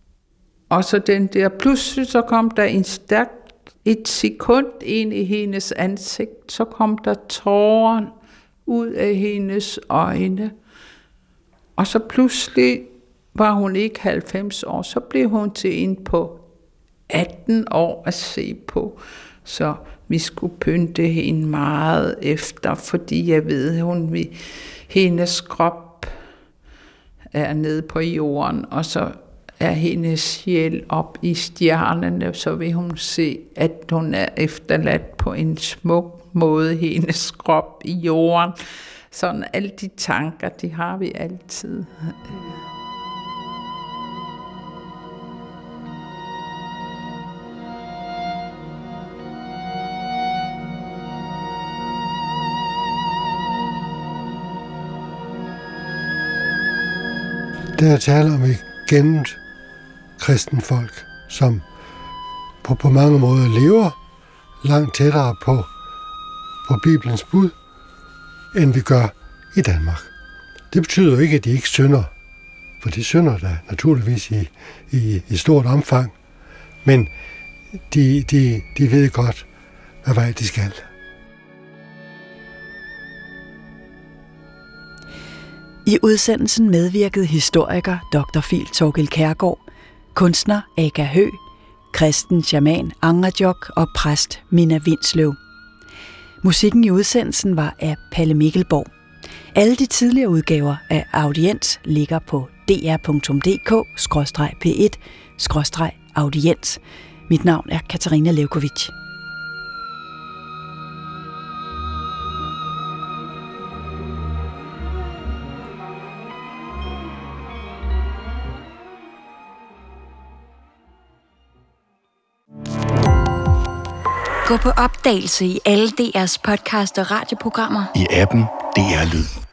og så den der, pludselig så kom der en stærk et sekund ind i hendes ansigt, så kom der tårer ud af hendes øjne. Og så pludselig var hun ikke halvfems år, så blev hun til en på atten år at se på. Så vi skulle pynte hende meget efter, fordi jeg ved, hun vil, hendes krop er nede på jorden, og så er hendes sjæl op i stjernerne, så vil hun se, at hun er efterladt på en smuk måde, hendes krop i jorden. Sådan alle de tanker, de har vi altid. Der er tale om et gennemt kristen folk, som på, på mange måder lever langt tættere på, på Bibelens bud, end vi gør i Danmark. Det betyder jo ikke, at de ikke synder, for de synder da naturligvis i, i, i stort omfang, men de, de, de ved godt, hvad vej de skal. I udsendelsen medvirkede historiker doktor Fil Thorkild Kjærgaard, kunstner Aga Høegh, kristen shaman Angerjok og præst Minna Winsløw. Musikken i udsendelsen var af Palle Mikkelborg. Alle de tidligere udgaver af Audiens ligger på d r punktum d k skråstreg p et skråstreg audiens. Mit navn er Katarina Levkovich. Gå på opdagelse i alle D R's podcast og radioprogrammer. I appen D R Lyd.